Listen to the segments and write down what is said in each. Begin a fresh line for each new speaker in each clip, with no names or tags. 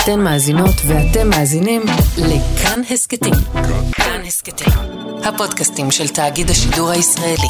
אתן מאזינות ואתם מאזינים לכאן הסקטים. כאן הסקטים, הפודקאסטים של תאגיד השידור הישראלי.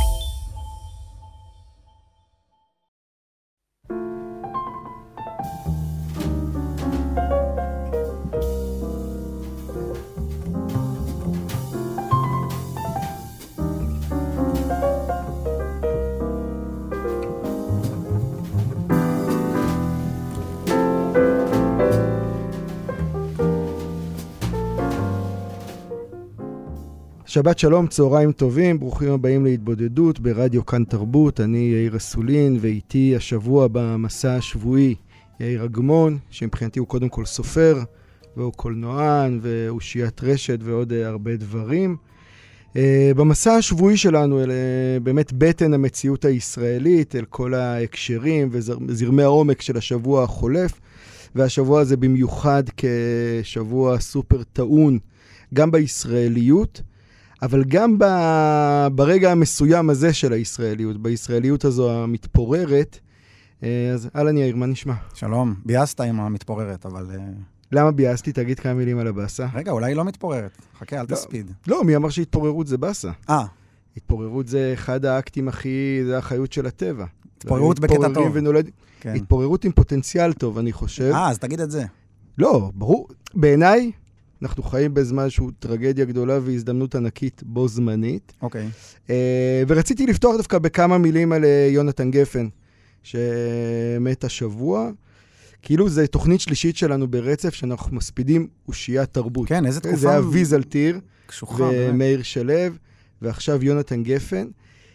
שבת שלום, צהריים טובים, ברוכים הבאים להתבודדות ברדיו כאן תרבות. אני יאיר אסולין, ואיתי השבוע במסע השבועי יאיר אגמון, שמבחינתי הוא קודם כל סופר, והוא קולנוען, והוא שיית רשת ועוד הרבה דברים. במסע השבועי שלנו, אלה באמת בטן המציאות הישראלית, אל כל ההקשרים וזרמי העומק של השבוע החולף, והשבוע הזה במיוחד כשבוע סופר טעון, גם בישראליות, אבל גם ברגע המסוים הזה של הישראליות, בישראליות הזו המתפוררת. אז אהלן יאיר, מה נשמע?
שלום, ביאסת עם המתפוררת, אבל...
למה ביאסתי? תגיד כמה מילים על הבאסה.
רגע, אולי היא לא מתפוררת. חכה, אל תספיד.
לא, מי אמר שהתפוררות זה באסה? התפוררות זה אחד האקטים זה החיות של הטבע.
התפוררות בקטע טוב.
כן. התפוררות עם פוטנציאל טוב, אני חושב.
אז תגיד את זה.
לא, ברור. בעיניי, אנחנו חיים בזמן שהוא טרגדיה גדולה והזדמנות ענקית בו זמנית.
אוקיי.
ורציתי לפתוח דווקא בכמה מילים על יונתן גפן, שמת השבוע. כאילו זה תוכנית שלישית שלנו ברצף, שאנחנו מספידים אושיית תרבות.
כן, איזה תקופה.
זה היה ויזלטיר, ומאיר שלו, ועכשיו יונתן גפן.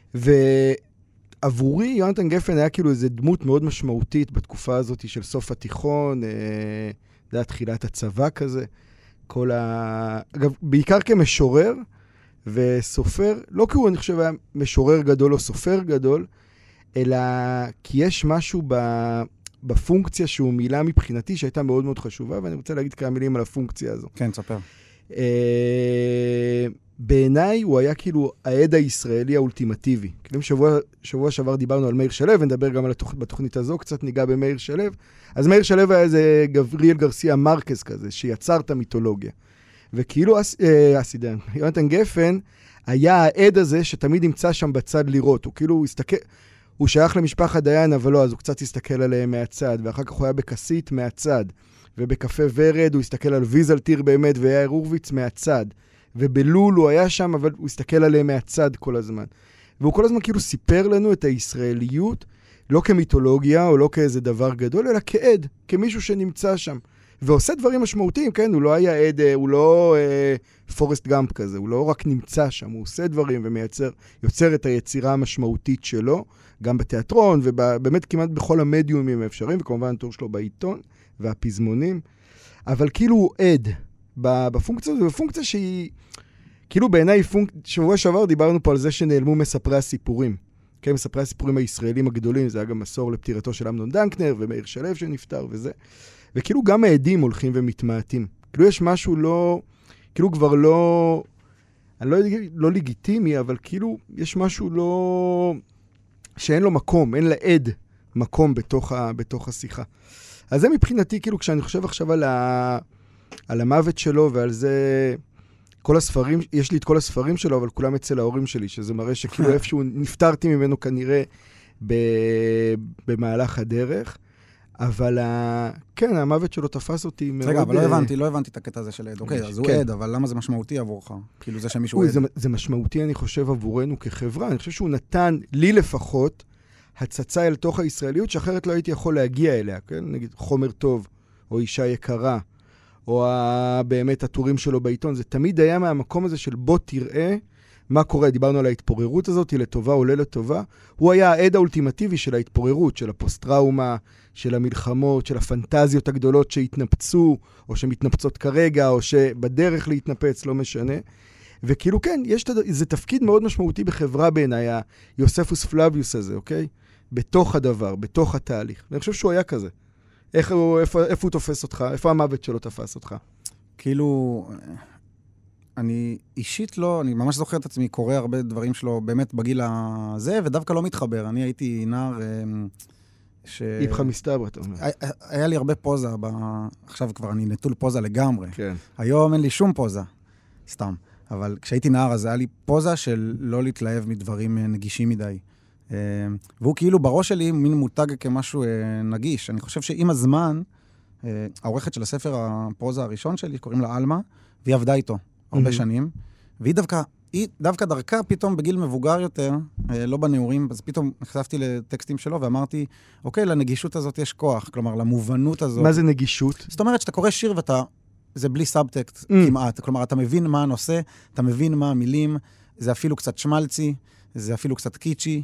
ועבורי יונתן גפן היה כאילו איזו דמות מאוד משמעותית בתקופה הזאת של סוף התיכון, זה היה תחילת הצבא כזה. אגב, בעיקר כמשורר וסופר, לא כי הוא, אני חושב, היה משורר גדול או סופר גדול, אלא כי יש משהו בפונקציה שהוא מילה מבחינתי שהייתה מאוד מאוד חשובה, ואני רוצה להגיד כמה מילים על הפונקציה הזו.
כן, תספר.
בעיניי הוא היה כאילו העד הישראלי האולטימטיבי. כאילו שבוע שעבר דיברנו על מאיר שלו, ונדבר גם בתוכנית הזו, קצת ניגע במאיר שלו. אז מאיר שלו היה איזה גבריאל גרסיה מרקס כזה, שיצר את המיתולוגיה. וכאילו יונתן גפן היה העד הזה שתמיד נמצא שם בצד לראות. הוא כאילו הוא שייך למשפחת דיין, אבל לא, אז הוא קצת הסתכל עליהם מהצד, ואחר כך הוא היה בקסית מהצד, ובקפה ורד הוא הסתכל על ויזלטיר באמת, ויאיר הורוביץ מהצד. ובלול הוא היה שם, אבל הוא הסתכל עליהם מהצד כל הזמן. והוא כל הזמן כאילו סיפר לנו את הישראליות, לא כמיתולוגיה או לא כאיזה דבר גדול, אלא כעד, כמישהו שנמצא שם. ועושה דברים משמעותיים, כן? הוא לא היה עד, הוא לא פורסט גאמפ כזה, הוא לא רק נמצא שם, הוא עושה דברים יוצר את היצירה המשמעותית שלו, גם בתיאטרון, ובאמת כמעט בכל המדיומים האפשריים, וכמובן התור שלו בעיתון והפזמונים. אבל כאילו הוא עד. בפונקציה הזו, בפונקציה שהיא, כאילו בעיניי, שבוע שעבר דיברנו פה על זה שנעלמו מספרי הסיפורים. כן, מספרי הסיפורים הישראלים הגדולים, זה היה גם מסור לפטירתו של אמנון דנקנר, ומאיר שלו שנפטר וזה. וכאילו גם העדים הולכים ומתמעטים. כאילו יש משהו לא, כאילו כבר לא, אני לא לגיטימי, אבל כאילו יש משהו לא, שאין לו מקום, אין לעד מקום בתוך השיחה. אז זה מבחינתי, כאילו כשאני חושב עכשיו על המוות שלו ועל זה, כל הספרים, יש לי את כל הספרים שלו, אבל כולם אצל ההורים שלי, שזה מראה שכאילו איפשהו נפטרתי ממנו כנראה במהלך הדרך, אבל כן, המוות שלו תפס אותי מאוד...
רגע, אבל לא הבנתי את הקטע הזה של עד. אוקיי, אז הוא עד, אבל למה זה משמעותי עבורך? כאילו זה שמישהו עד.
זה משמעותי, אני חושב, עבורנו כחברה. אני חושב שהוא נתן לי לפחות הצצה אל תוך הישראליות, שאחרת לא הייתי יכול להגיע אליה, כן? נגיד חומר טוב, או אישה יקרה, או באמת הטורים שלו בעיתון, זה תמיד היה מהמקום הזה של בוא תראה מה קורה. דיברנו על ההתפוררות הזאת, לטובה או לטובה. הוא היה העד האולטימטיבי של ההתפוררות, של הפוסט-טראומה, של המלחמות, של הפנטזיות הגדולות שהתנפצו, או שמתנפצות כרגע, או שבדרך להתנפץ, לא משנה. וכאילו כן, זה תפקיד מאוד משמעותי בחברה בעיניי, היוספוס פלביוס הזה, אוקיי? בתוך הדבר, בתוך התהליך. ואני חושב שהוא היה כזה. איפה הוא תופס אותך? איפה המוות שלו תפס אותך?
כאילו, אני אישית לא, אני ממש זוכר את עצמי, קורא הרבה דברים שלו באמת בגיל הזה, ודווקא לא מתחבר. אני הייתי נער
איפכא מסתברא, אתה אומר.
היה לי הרבה פוזה, עכשיו כבר אני נטול פוזה לגמרי.
כן.
היום אין לי שום פוזה, סתם. אבל כשהייתי נער, אז היה לי פוזה של לא להתלהב מדברים נגישים מדי. והוא כאילו בראש שלי מין מותג כמשהו נגיש. אני חושב שעם הזמן, העורכת של הספר הפרוזה הראשון שלי, קוראים לה אלמה, והיא עבדה איתו הרבה שנים, והיא דווקא דרכה פתאום בגיל מבוגר יותר, לא בנעורים, אז פתאום נחשפתי לטקסטים שלו ואמרתי, אוקיי, לנגישות הזאת יש כוח, כלומר, למובנות הזאת.
מה זה נגישות?
זאת אומרת שאתה קורא שיר זה בלי סאבטקסט כמעט. כלומר, אתה מבין מה הנושא, אתה מבין מה המילים, זה אפילו קצת שמלצי, זה אפילו קצת קיצ'י.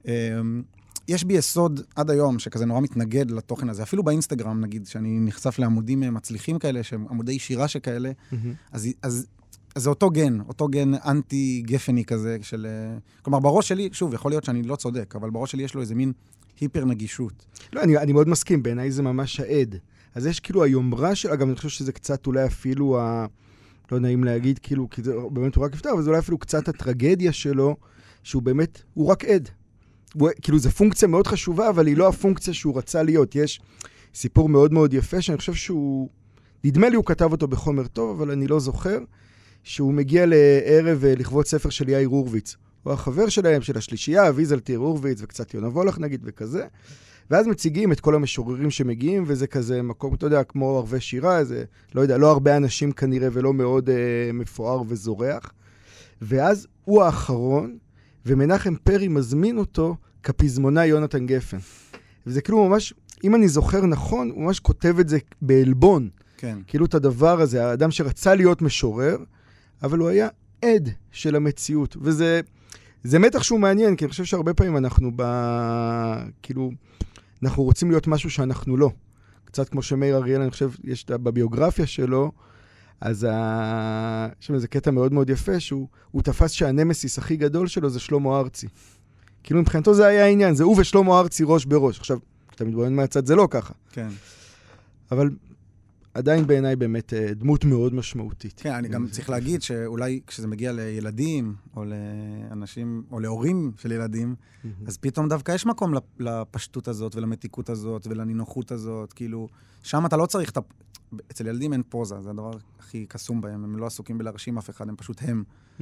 יש בי יסוד עד היום שכזה נורא מתנגד לתוכן הזה. אפילו באינסטגרם, נגיד, שאני נחשף לעמודים מצליחים כאלה, שהם עמודי שירה שכאלה, אז זה אותו גן אנטי-גפני כזה של... כלומר, בראש שלי, שוב, יכול להיות שאני לא צודק, אבל בראש שלי יש לו איזה מין היפר נגישות.
לא, אני מאוד מסכים, בעיניי זה ממש העד. אז יש כאילו היומרה של... אגב, אני חושב שזה קצת אולי אפילו לא נעים להגיד, כאילו, כי זה באמת הוא רק יפתר, אבל זה אולי אפילו קצת הטרגדיה שלו, שהוא באמת, הוא רק עד. כאילו, זו פונקציה מאוד חשובה, אבל היא לא הפונקציה שהוא רצה להיות. יש סיפור מאוד מאוד יפה, שאני חושב שהוא... נדמה לי הוא כתב אותו בחומר טוב, אבל אני לא זוכר, שהוא מגיע לערב לכבוד ספר של יאיר הורוביץ. הוא החבר שלהם, של השלישייה, ויזלטיר הורוביץ, וקצת יונה וולך נגיד, וכזה. ואז מציגים את כל המשוררים שמגיעים, וזה כזה מקום, אתה יודע, כמו ערבי שירה, זה, לא יודע, לא הרבה אנשים כנראה, ולא מאוד מפואר וזורח. ואז הוא האחרון, ומנחם פרי מזמין אותו כפזמונה יונתן גפן. וזה כאילו ממש, אם אני זוכר נכון, הוא ממש כותב את זה בעלבון.
כן.
כאילו את הדבר הזה, האדם שרצה להיות משורר, אבל הוא היה עד של המציאות. וזה מתח שהוא מעניין, כי אני חושב שהרבה פעמים אנחנו כאילו, אנחנו רוצים להיות משהו שאנחנו לא. קצת כמו שמאיר אריאל, אני חושב, יש בביוגרפיה שלו, אז יש איזה קטע מאוד מאוד יפה, שהוא תפס שהנמסיס הכי גדול שלו זה שלמה ארצי. כאילו מבחינתו זה היה העניין, זה הוא ושלמה ארצי ראש בראש. עכשיו, אתה מתבונן מהצד, זה לא ככה.
כן.
אבל עדיין בעיניי באמת דמות מאוד משמעותית.
כן, אני גם צריך להגיד שאולי כשזה מגיע לילדים, או לאנשים, או להורים של ילדים, אז פתאום דווקא יש מקום לפשטות הזאת, ולמתיקות הזאת, ולנינוחות הזאת, כאילו, שם אתה לא צריך אצל ילדים אין פוזה, זה הדבר הכי קסום בהם, הם לא עסוקים בלהרשים אף אחד, הם פשוט הם.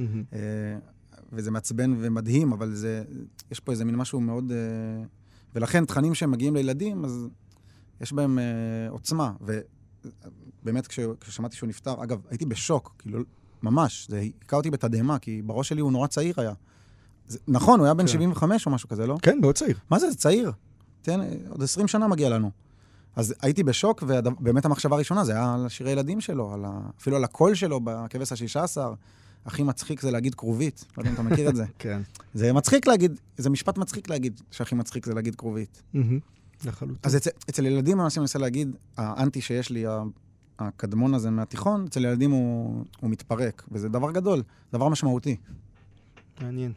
וזה מעצבן ומדהים, אבל יש פה איזה מין משהו מאוד... ולכן תכנים שהם מגיעים לילדים, אז יש בהם עוצמה, ובאמת כששמעתי שהוא נפטר, אגב, הייתי בשוק, כאילו, ממש, זה היכה אותי בתדהמה, כי בראש שלי הוא נורא צעיר היה. נכון, הוא היה בן 75 או משהו כזה, לא?
כן, מאוד צעיר.
מה זה צעיר? עוד 20 שנה מגיע לנו. אז הייתי בשוק, ובאמת המחשבה הראשונה, זה היה על שירי ילדים שלו, אפילו על הקול שלו בכבש ה-16, הכי מצחיק זה להגיד קרובית. לא יודע אם אתה מכיר את זה.
כן.
זה מצחיק להגיד, זה משפט מצחיק להגיד, שהכי מצחיק זה להגיד קרובית.
לחלוטין.
אז אצל ילדים, אני מנסה להגיד, האנטי שיש לי, הקדמון הזה מהתיכון, אצל ילדים הוא מתפרק, וזה דבר גדול, דבר משמעותי.
מעניין.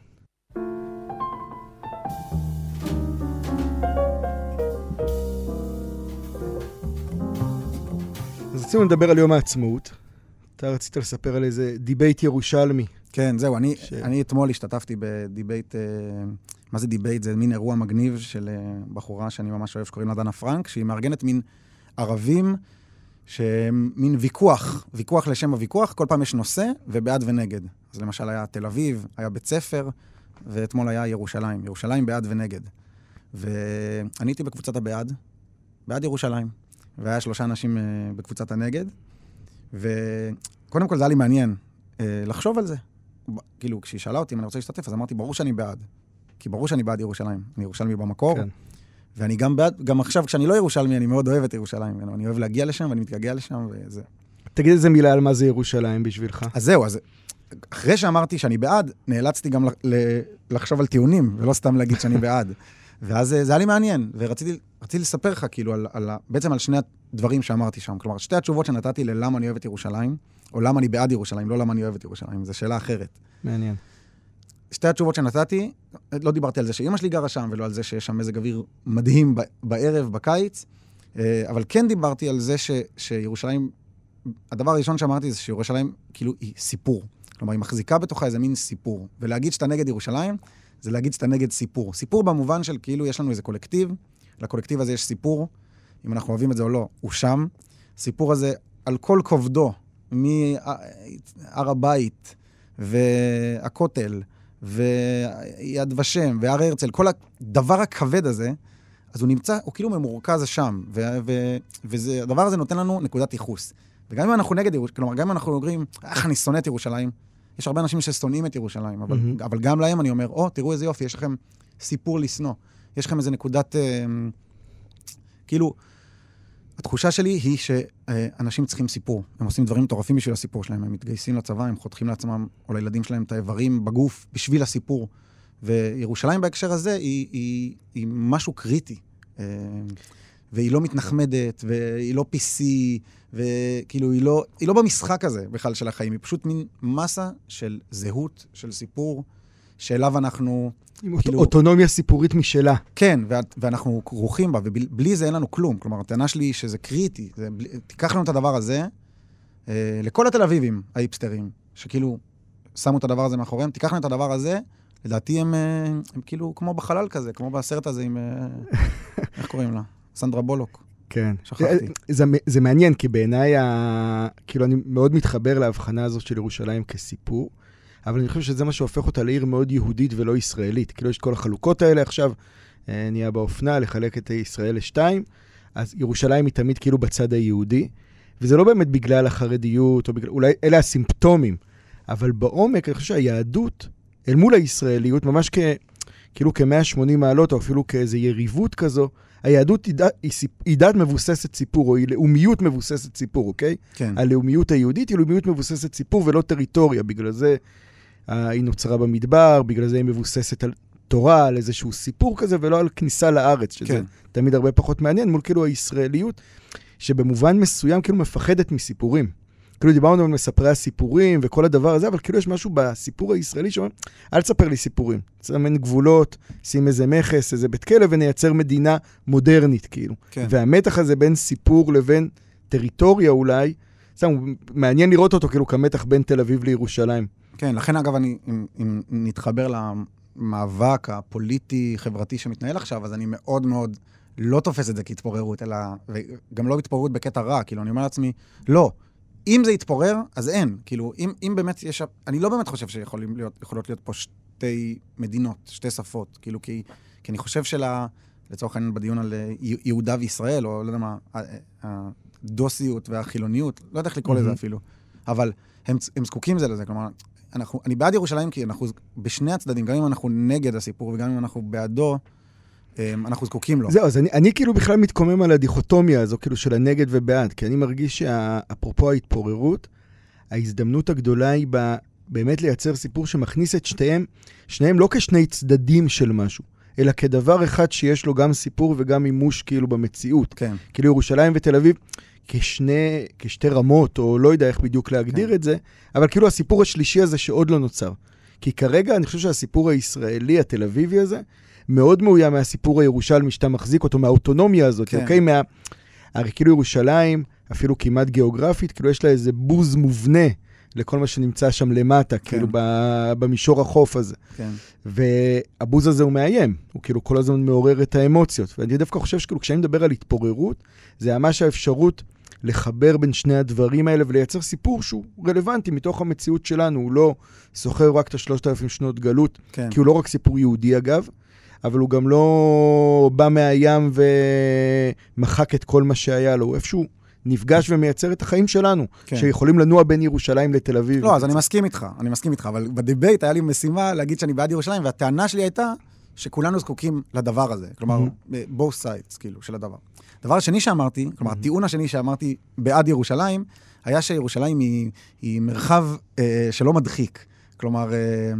אז רצינו לדבר על יום העצמאות. אתה רצית לספר על איזה דיבייט ירושלמי.
כן, זהו, אני אתמול השתתפתי בדיבייט, מה זה דיבייט? זה מין אירוע מגניב של בחורה שאני ממש אוהב, שקוראים לה דנה פרנק, שהיא מארגנת מין ערבים, שמין ויכוח לשם הוויכוח, כל פעם יש נושא ובעד ונגד. אז למשל היה תל אביב, היה בית ספר, ואתמול היה ירושלים. ירושלים בעד ונגד. ואני הייתי בקבוצת הבעד, בעד ירושלים. והיה 3 אנשים בקבוצת הנגד. וקודם כל זה היה לי מעניין לחשוב על זה. כאילו, כשהיא שאלה אותי אם אני רוצה להשתתף, אז אמרתי, ברור שאני בעד. כי ברור שאני בעד ירושלים. אני ירושלמי במקור. כן. ואני גם בעד, גם עכשיו כשאני לא ירושלמי, אני מאוד אוהב את ירושלים. אני אוהב להגיע לשם ואני מתגעגע לשם וזה.
תגיד איזה מילה על מה זה ירושלים בשבילך.
אז זהו, אז אחרי שאמרתי שאני בעד, נאלצתי גם לחשוב על טיעונים, ולא סתם להגיד שאני בעד. ואז זה היה לי מעניין, ורציתי לספר לך כאילו בעצם על שני הדברים שאמרתי שם. כלומר, 2 התשובות שנתתי ללמה אני אוהב את ירושלים, או למה אני בעד ירושלים, לא למה אני אוהב את ירושלים. זו שאלה אחרת.
מעניין.
2 התשובות שנתתי, לא דיברתי על זה שאמא שלי גרה שם, ולא על זה שיש שם מזג אוויר מדהים בערב, בקיץ, אבל כן דיברתי על זה שירושלים, הדבר הראשון שאמרתי זה שירושלים כאילו היא סיפור. כלומר, היא מחזיקה בתוכה איזה מין סיפור. ולהגיד שאתה נגד ירושלים, זה להגיד שאתה נגד סיפור. סיפור במובן של כאילו יש לנו איזה קולקטיב, לקולקטיב הזה יש סיפור, אם אנחנו אוהבים את זה או לא, הוא שם. סיפור הזה על כל כובדו, מהר הבית והכותל ויד ושם והר הרצל, כל הדבר הכבד הזה, אז הוא נמצא, הוא כאילו ממורכז שם, והדבר הזה נותן לנו נקודת ייחוס. וגם אם אנחנו נגד ירושלים, כלומר, גם אם אנחנו אומרים, אני שונא את ירושלים, יש הרבה אנשים ששונאים את ירושלים, אבל גם להם אני אומר, תראו איזה יופי, יש לכם סיפור לשנוא. יש לכם איזה נקודת, כאילו, התחושה שלי היא שאנשים צריכים סיפור. הם עושים דברים מטורפים בשביל הסיפור שלהם. הם מתגייסים לצבא, הם חותכים לעצמם, או לילדים שלהם את האיברים בגוף, בשביל הסיפור. וירושלים בהקשר הזה היא משהו קריטי. והיא לא מתנחמדת, והיא לא PC, וכאילו היא לא במשחק הזה בכלל של החיים. היא פשוט מין מסה של זהות, של סיפור, שאליו אנחנו...
עם אוטונומיה סיפורית משלה.
כן, ואנחנו כרוכים בה, ובלי זה אין לנו כלום. כלומר, הטענה שלי שזה קריטי. תיקח לנו את הדבר הזה, לכל התל אביבים, האיפסטרים, שכאילו שמו את הדבר הזה מאחוריהם, תיקח לנו את הדבר הזה, לדעתי הם כאילו כמו בחלל כזה, כמו בסרט הזה עם... איך קוראים לה? סנדרה בולוק.
כן.
שכחתי.
זה מעניין, כי בעיניי, כאילו אני מאוד מתחבר להבחנה הזאת של ירושלים כסיפור, אבל אני חושב שזה מה שהופך אותה לעיר מאוד יהודית ולא ישראלית. כאילו יש כל החלוקות האלה עכשיו, נהיה באופנה לחלק את ישראל לשתיים, אז ירושלים היא תמיד כאילו בצד היהודי, וזה לא באמת בגלל החרדיות, או בגלל, אולי אלה הסימפטומים, אבל בעומק אני חושב שהיהדות, אל מול הישראליות, ממש כאילו כ-180 מעלות, או אפילו כאיזו יריבות כזו, היהדות היא דת מבוססת סיפור, או היא לאומיות מבוססת סיפור, אוקיי?
כן.
הלאומיות היהודית היא לאומיות מבוססת סיפור ולא טריטוריה, בגלל זה היא נוצרה במדבר, בגלל זה היא מבוססת על תורה, על איזשהו סיפור כזה, ולא על כניסה לארץ, שזה
כן.
תמיד הרבה פחות מעניין, מול כאילו הישראליות, שבמובן מסוים כאילו מפחדת מסיפורים. כאילו דיברנו על מספרי הסיפורים וכל הדבר הזה, אבל כאילו יש משהו בסיפור הישראלי שאומר, אל תספר לי סיפורים. צמן גבולות, שים איזה מכס, איזה בית כלא, ונייצר מדינה מודרנית, כאילו.
כן.
והמתח הזה בין סיפור לבין טריטוריה אולי, מעניין לראות אותו כאילו כמתח בין תל אביב לירושלים.
כן, לכן אגב, אם נתחבר למאבק הפוליטי, חברתי שמתנהל עכשיו, אז אני מאוד מאוד לא תופס את זה כהתפוררות, אלא, וגם לא התפוררות בקטע רע, כאילו, אני אומר לעצמי, לא. אם זה יתפורר, אז אין. כאילו, אם באמת יש... אני לא באמת חושב שיכולות להיות פה שתי מדינות, שתי שפות. כאילו, כי אני חושב לצורך העניין בדיון על יהודה וישראל, או לא יודע מה, הדוסיות והחילוניות, לא יודע איך לקרוא לזה אפילו. אבל הם זקוקים זה לזה. כלומר, אני בעד ירושלים, כי אנחנו בשני הצדדים, גם אם אנחנו נגד הסיפור, וגם אם אנחנו בעדו, אנחנו זקוקים לו.
זהו, אז אני כאילו בכלל מתקומם על הדיכוטומיה הזו, כאילו של הנגד ובעד, כי אני מרגיש שאפרופו ההתפוררות, ההזדמנות הגדולה היא באמת לייצר סיפור שמכניס את שניהם לא כשני צדדים של משהו, אלא כדבר אחד שיש לו גם סיפור וגם מימוש כאילו במציאות.
כן.
כאילו ירושלים ותל אביב כשתי רמות, או לא יודע איך בדיוק להגדיר את זה, אבל כאילו הסיפור השלישי הזה שעוד לא נוצר. כי כרגע אני חושב שהסיפור הישראלי, התל אביבי הזה, מאוד מאויה מהסיפור הירושלמי שאתה מחזיק אותו, מהאוטונומיה הזאת,
כן.
אוקיי? הרי כאילו ירושלים, אפילו כמעט גיאוגרפית, כאילו יש לה איזה בוז מובנה לכל מה שנמצא שם למטה, כן. כאילו במישור החוף הזה.
כן.
והבוז הזה הוא מאיים, הוא כאילו כל הזמן מעורר את האמוציות. ואני דווקא חושב שכאילו כשאני מדבר על התפוררות, זה ממש האפשרות לחבר בין שני הדברים האלה ולייצר סיפור שהוא רלוונטי מתוך המציאות שלנו, הוא לא סוחר רק את 3,000 שנות גלות,
כן.
כי הוא לא רק סיפור יהודי אגב, אבל הוא גם לא בא מהים ומחק את כל מה שהיה לו. הוא איפשהו נפגש ומייצר את החיים שלנו, כן. שיכולים לנוע בין ירושלים לתל אביב.
לא, אז אני מסכים איתך, אבל בדיבייט היה לי משימה להגיד שאני בעד ירושלים, והטענה שלי הייתה שכולנו זקוקים לדבר הזה. כלומר, both sides, כאילו, של הדבר. הדבר השני שאמרתי, כלומר, הטיעון השני שאמרתי בעד ירושלים, היה שירושלים היא מרחב שלא מדחיק. כלומר,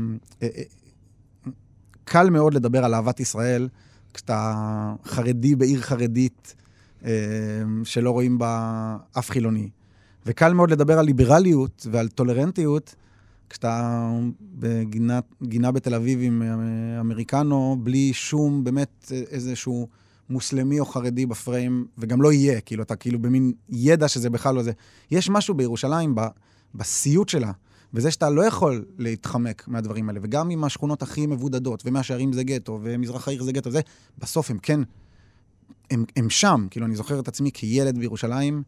קל מאוד לדבר על אהבת ישראל, כשאתה חרדי בעיר חרדית, שלא רואים בה אף חילוני. וקל מאוד לדבר על ליברליות ועל טולרנטיות, כשאתה בגינה בתל אביב עם אמריקנו, בלי שום באמת איזשהו מוסלמי או חרדי בפריים, וגם לא יהיה, כאילו אתה כאילו במין ידע שזה בכלל לא זה. יש משהו בירושלים, בסיוט שלה, וזה שאתה לא יכול להתחמק מהדברים האלה, וגם עם השכונות הכי מבודדות, ומהשערים זה גטו, ומזרח העיר זה גטו, זה, בסוף הם כן הם שם, כאילו אני זוכר את עצמי כילד בירושלים,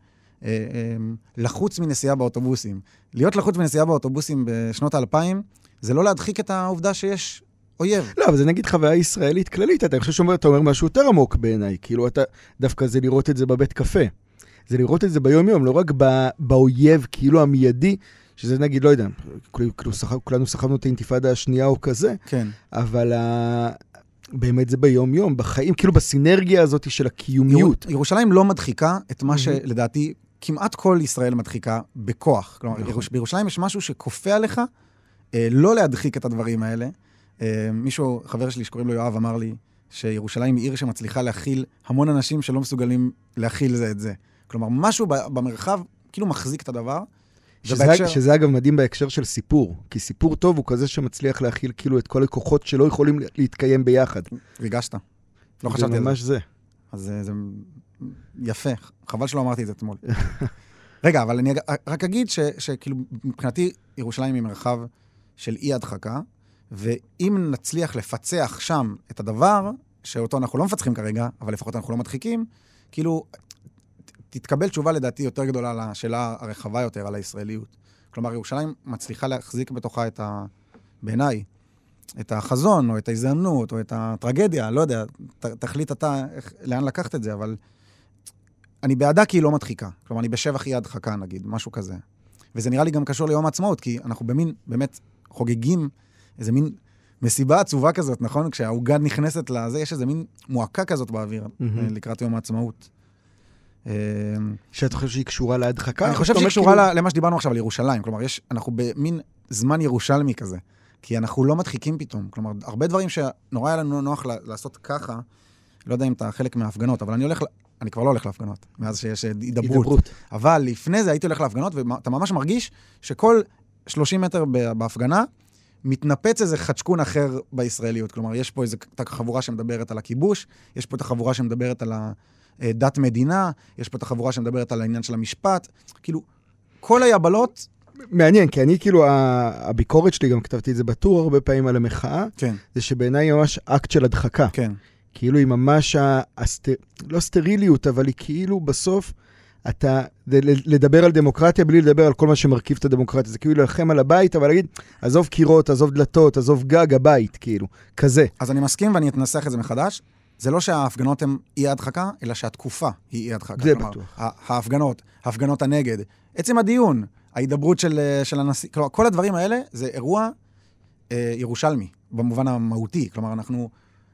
לחוץ מנסיעה באוטובוסים. להיות לחוץ מנסיעה באוטובוסים בשנות ה-2000, זה לא להדחיק את העובדה שיש אויב.
לא, אבל זה נגיד חוויה ישראלית כללית, אתה חושב שאתה אומר משהו יותר עמוק בעיניי, כאילו אתה, דווקא זה לראות את זה בבית קפה. זה לראות את זה ביום-יום, לא רק באויב, כאילו המיידי, שזה נגיד, לא יודע, כולנו שכבנו את האינתיפאדה השנייה או כזה,
כן.
אבל באמת זה ביום-יום, בחיים, כאילו בסינרגיה הזאת של הקיומיות.
ירושלים לא מדחיקה את מה שלדעתי כמעט כל ישראל מדחיקה בכוח. כלומר, בירושלים יש משהו שכופה עליך לא להדחיק את הדברים האלה. מישהו, חבר שלי שקוראים לו יואב, אמר לי שירושלים היא עיר שמצליחה להכיל המון אנשים שלא מסוגלים להכיל זה את זה. כלומר, משהו במרחב כאילו מחזיק את הדבר.
שזה אגב מדהים בהקשר של סיפור, כי סיפור טוב הוא כזה שמצליח להכיל כאילו את כל הכוחות שלא יכולים להתקיים ביחד.
ריגשת. לא חשבתי על זה.
זה ממש זה.
אז זה יפה. חבל שלא אמרתי את זה אתמול. רגע, אבל אני רק אגיד שכאילו מבחינתי ירושלים היא מרחב של אי הדחקה, ואם נצליח לפצח שם את הדבר, שאותו אנחנו לא מפצחים כרגע, אבל לפחות אנחנו לא מדחיקים, כאילו תתקבל תשובה לדעתי יותר גדולה לשאלה הרחבה יותר על הישראליות. כלומר, ירושלים מצליחה להחזיק בתוכה בעיניי, את החזון, או את ההזדמנות, או את הטרגדיה, לא יודע, תחליט אתה לאן לקחת את זה, אבל אני בעדה כי היא לא מדחיקה. כלומר, אני בשבח אי הדחקה, נגיד, משהו כזה. וזה נראה לי גם קשור ליום העצמאות, כי אנחנו באמת חוגגים איזה מין מסיבה עצובה כזאת, נכון? כשהעוגה נכנסת לזה, יש איזה מין מועקה כזאת באוויר, לקראת יום העצמאות.
שאתה חושב שהיא קשורה להדחקה?
אני חושב שהיא קשורה למה שדיברנו עכשיו על ירושלים. כלומר, אנחנו במין זמן ירושלמי כזה, כי אנחנו לא מדחיקים פתאום. כלומר, הרבה דברים שנורא היה לנו נוח לעשות ככה, לא יודע אם אתה חלק מההפגנות, אבל אני כבר לא הולך להפגנות, מאז שיש הידברות. אבל לפני זה הייתי הולך להפגנות, ואתה ממש מרגיש שכל 30 מטר בהפגנה, מתנפץ איזה חדשקון אחר בישראליות. כלומר, יש פה איזו חבורה שמדברת על הכיבוש, יש פה את החבורה שמדברת על דת מדינה, יש פה את החבורה שמדברת על העניין של המשפט. כאילו, כל היבלות...
מעניין, כי אני כאילו, הביקורת שלי, גם כתבתי את זה בטור הרבה פעמים על המחאה,
כן.
זה שבעיניי היא ממש אקט של הדחקה.
כן.
כאילו היא ממש, לא סטריליות, אבל היא כאילו בסוף, אתה, לדבר על דמוקרטיה בלי לדבר על כל מה שמרכיב את הדמוקרטיה. זה כאילו להילחם על הבית, אבל להגיד, עזוב קירות, עזוב דלתות, עזוב גג הבית, כאילו, כזה.
אז אני מסכים ואני אתנסח את זה מחדש. זה לא שההפגנות הן אי הדחקה, אלא שהתקופה היא אי הדחקה.
זה בטוח.
ההפגנות הנגד. עצם הדיון, ההידברות של הנשיא, כלומר, כל הדברים האלה זה אירוע ירושלמי, במובן המהותי. כלומר, אנחנו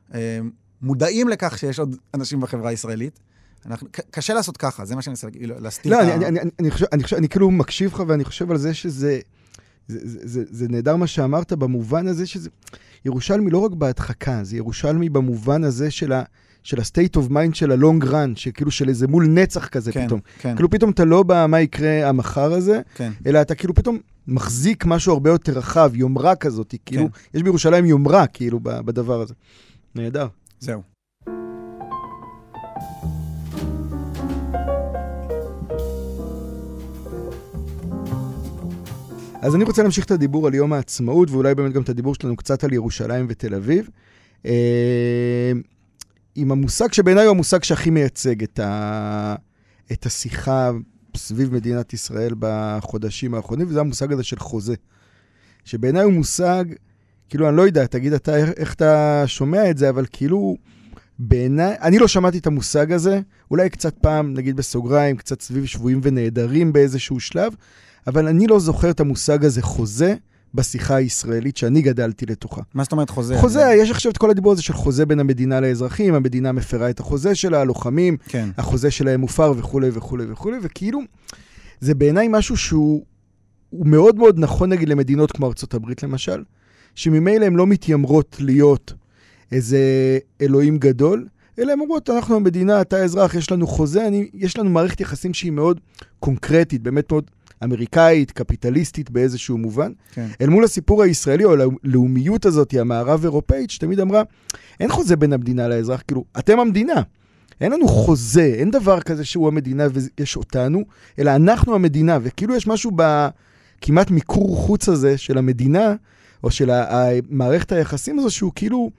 מודעים לכך שיש עוד אנשים בחברה הישראלית. קשה לעשות ככה, זה מה שאני רוצה להסתיר.
לא, אני כאילו מקשיב לך, ואני חושב על זה שזה, זה נהדר מה שאמרת, במובן הזה שזה, ירושלמי לא רק בהדחקה, זה ירושלמי במובן הזה של ה-state of mind של ה-long run, שכאילו של איזה מול נצח כזה פתאום. כאילו פתאום אתה לא במה יקרה המחר הזה, אלא אתה כאילו פתאום מחזיק משהו הרבה יותר רחב, יומרה כזאת, כאילו, יש בירושלים יומרה, כאילו, בדבר הזה. נהדר.
זהו.
אז אני רוצה להמשיך את הדיבור על יום העצמאות, ואולי באמת גם את הדיבור שלנו קצת על ירושלים ותל אביב, עם המושג שבעיניי הוא המושג שהכי מייצג את השיחה סביב מדינת ישראל בחודשים האחרונים, וזה המושג הזה של חוזה. שבעיניי הוא מושג, כאילו אני לא יודע, תגיד אתה איך אתה שומע את זה, אבל כאילו בעיניי, אני לא שמעתי את המושג הזה, אולי קצת פעם, נגיד בסוגריים, קצת סביב שבויים ונהדרים באיזשהו שלב, אבל אני לא זוכר את המושג הזה חוזה בשיחה הישראלית שאני גדלתי לתוכה.
מה זאת אומרת חוזה?
חוזה, יש עכשיו את כל הדיבור הזה של חוזה בין המדינה לאזרחים, המדינה מפרה את החוזה שלה, הלוחמים,
כן.
החוזה שלהם מופר וכו' וכו' וכו', וכאילו, זה בעיניי משהו שהוא מאוד מאוד נכון נגיד למדינות כמו ארצות הברית למשל, שממילא הן לא מתיימרות להיות איזה אלוהים גדול, אלא הן אומרות, אנחנו המדינה, אתה אזרח, יש לנו חוזה, יש לנו מערכת יחסים שהיא מאוד קונקרטית, באמת מאוד אמריקאית, קפיטליסטית באיזשהו מובן.
כן.
אל מול הסיפור הישראלי, או הלאומיות הזאת, המערב אירופאית, שתמיד אמרה, אין חוזה בין המדינה לאזרח, כאילו, אתם המדינה. אין לנו חוזה, אין דבר כזה שהוא המדינה ויש אותנו, אלא אנחנו המדינה, וכאילו יש משהו בכמעט מיקור חוץ הזה של המדינה, או של מערכת היחסים הזו, שהוא כאילו,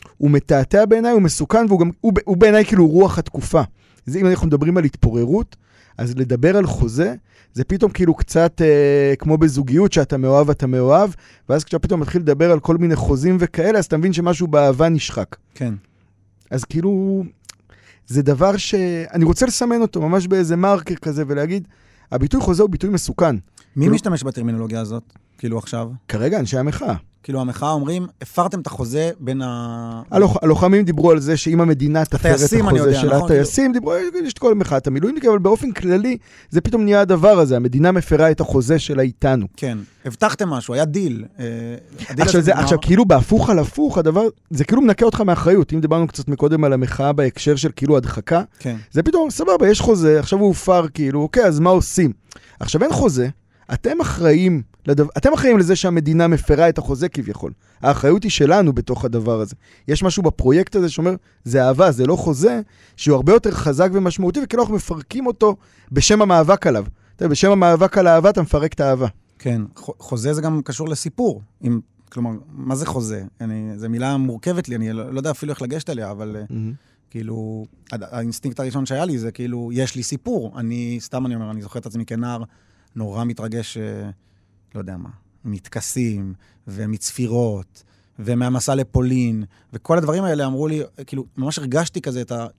הוא מתעתע בעיניי, הוא מסוכן, והוא בעיניי כאילו רוח התקופה. אז אם אנחנו מדברים על התפוררות, אז לדבר על חוזה, זה פתאום כאילו קצת כמו בזוגיות, שאתה מאוהב, אתה מאוהב, ואז כשאתה פתאום מתחיל לדבר על כל מיני חוזים וכאלה, אז אתה מבין שמשהו באהבה נשחק.
כן.
אז כאילו, זה דבר שאני רוצה לסמן אותו ממש באיזה מרקר כזה, ולהגיד, הביטוי חוזה הוא ביטוי מסוכן.
מי משתמש בטרמינולוגיה הזאת, כאילו עכשיו?
כרגע אנשי המחאה.
כאילו המחאה אומרים, הפרתם את החוזה בין
הלוחמים דיברו על זה שאם המדינה תפר את החוזה של הטייסים, דיברו, יש את כל מחאת המילואימניקים, אבל באופן כללי, זה פתאום נהיה הדבר הזה, המדינה מפרה את החוזה שלה איתנו.
כן, הבטחתם משהו, היה דיל.
עכשיו, כאילו בהפוך על הפוך, הדבר, זה כאילו מנקה אותך מאחריות. אם דיברנו קצת מקודם על המחאה בהקשר של כאילו הדחקה, זה פתאום, סבבה, יש חוזה, עכשיו הוא הופר, כאילו, אוקיי, אז מה עושים? עכשיו אין חוזה, אתם אחראים לזה שהמדינה מפרה את החוזה כביכול. האחריות היא שלנו בתוך הדבר הזה. יש משהו בפרויקט הזה שאומר, זה אהבה, זה לא חוזה, שהוא הרבה יותר חזק ומשמעותי, וכאילו אנחנו מפרקים אותו בשם המאבק עליו. בשם המאבק על האהבה, אתה מפרק את האהבה.
כן, חוזה זה גם קשור לסיפור. כלומר, מה זה חוזה? זו מילה מורכבת לי, אני לא יודע אפילו איך לגשת אליה, אבל כאילו, האינסטינקט הראשון שהיה לי זה כאילו, יש לי סיפור. אני אומר, אני זוכר את עצמי כנער, נורא מתרגש, לא יודע מה, מתכסים ומצפירות ומהמסע לפולין, וכל הדברים האלה אמרו לי, כאילו, ממש הרגשתי כזה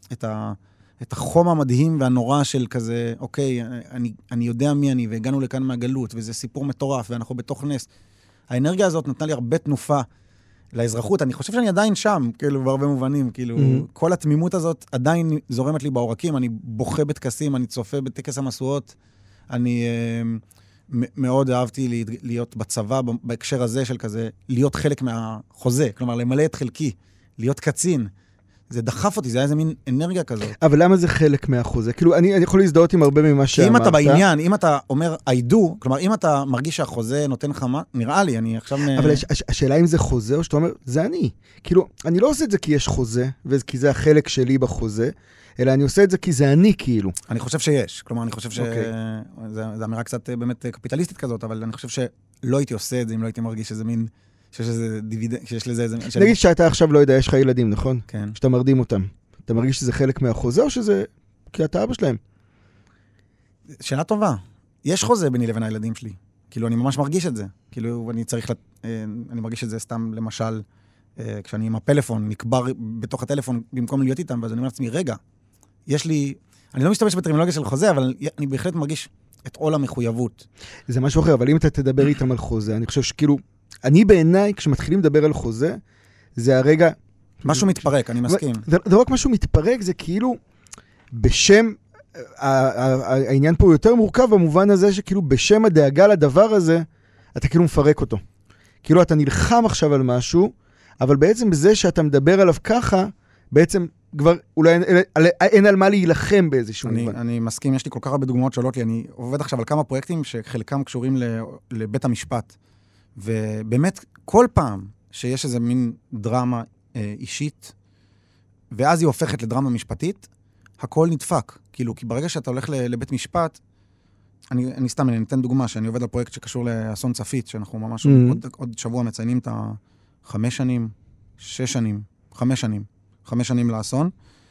את החום המדהים והנורא של כזה, אוקיי, אני יודע מי אני, והגענו לכאן מהגלות, וזה סיפור מטורף, ואנחנו בתוך נס. האנרגיה הזאת נתנה לי הרבה תנופה לאזרחות. אני חושב שאני עדיין שם, כאילו, בהרבה מובנים, כאילו, כל התמימות הזאת עדיין זורמת לי בעורקים, אני בוכה בתכסים, אני צופה בטקס המסועות, אני מאוד אהבתי להיות בצבא, בהקשר הזה של כזה, להיות חלק מהחוזה, כלומר, למלא את חלקי, להיות קצין. זה דחף אותי, זה היה איזה מין אנרגיה כזאת.
אבל למה זה חלק מהחוזה? כאילו, אני יכול להזדהות עם הרבה ממה שאמרת.
כי אם אתה בעניין, אם אתה אומר, I do, כלומר, אם אתה מרגיש שהחוזה נותן לך מה, נראה לי, אני עכשיו...
אבל השאלה אם זה חוזה, או שאתה אומר, זה אני. כאילו, אני לא עושה את זה כי יש חוזה, וכי זה החלק שלי בחוזה, אלא אני עושה את זה כי זה אני, כאילו.
אני חושב שיש. כלומר, אני חושב זו אמירה קצת באמת קפיטליסטית כזאת, אבל אני חושב שלא הייתי עושה את זה, אם לא הייתי מרגיש שזה מין... שיש לזה איזה...
נגיד שאתה עכשיו לא יודע, יש לך ילדים, נכון?
כן.
שאתה מרדים אותם. אתה מרגיש שזה חלק מהחוזה, או שזה... כי אתה אבא שלהם?
שאלה טובה. יש חוזה ביני לבין הילדים שלי. כאילו, אני ממש מרגיש את זה. כאילו, אני מרגיש את זה סתם, למשל, כשאני עם הפלאפון, נקבר בתוך הטלפון במקום להיות איתם, ואז אני אומר לעצמי, רגע, יש לי... אני לא משתמש בטרמינולוגיה של חוזה, אבל אני בהחלט מרגיש את עול המחויבות. זה משהו אחר, אבל אם אתה תדבר איתם על חוזה, אני חושב שכאילו, אני בעיניי, כשמתחילים לדבר על חוזה, זה הרגע... משהו מתפרק, אני מסכים.
זה לא רק משהו מתפרק, זה כאילו, בשם, העניין פה יותר מורכב, במובן הזה שכאילו, בשם הדאגה לדבר הזה, אתה כאילו מפרק אותו. כאילו, אתה נלחם עכשיו על משהו, אבל בעצם בזה שאתה מדבר עליו ככה, בעצם כבר אולי אין על מה להילחם באיזשהו מובן.
אני מסכים, יש לי כל כך הרבה דוגמאות שעולות לי, אני עובד עכשיו על כמה פרויקטים שחלקם קשורים לבית המשפט, ובאמת כל פעם שיש איזה מין דרמה אישית, ואז היא הופכת לדרמה משפטית, הכל נדפק. כאילו, כי ברגע שאתה הולך לבית משפט, אני אתן דוגמה, שאני עובד על פרויקט שקשור לאסון צפית, שאנחנו ממש עוד שבוע מציינים את 5 שנים, 6 שנים, 5 שנים. 5 שנים לאסון.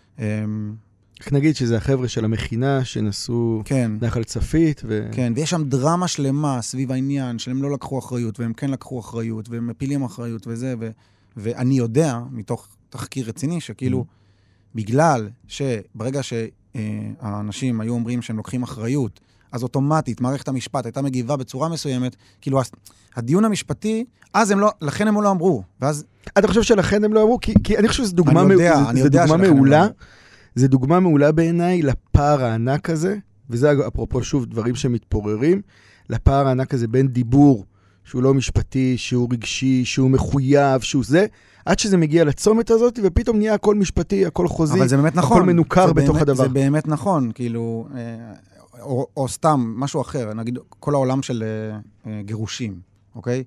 איך נגיד שזה החבר'ה של המכינה שנסעו נחל צפית.
כן, ויש שם דרמה שלמה סביב העניין, שהם לא לקחו אחריות, והם כן לקחו אחריות, והם מפילים אחריות וזה, ואני יודע, מתוך תחקיר רציני, שכאילו, בגלל שברגע שהאנשים היו אומרים שהם לוקחים אחריות, אז אוטומטית, מערכת המשפט הייתה מגיבה בצורה מסוימת, כאילו, הדיון המשפטי, אז לכן הם לא אמרו, ואז...
אתה חושב שלכן הם לא אמרו? כי אני חושב שזו דוגמה מעולה. זה דוגמה מעולה בעיניי לפער הענק הזה, וזה אפרופו שוב דברים שמתפוררים, לפער הענק הזה בין דיבור שהוא לא משפטי, שהוא רגשי, שהוא מחויב, שהוא זה, עד שזה מגיע לצומת הזאת, ופתאום נהיה הכל משפטי, הכל חוזי,
אבל זה באמת נכון.
הכל מנוכר בתוך הדבר.
זה באמת נכון, כאילו, או סתם משהו אחר, נגיד כל העולם של גירושים, אוקיי?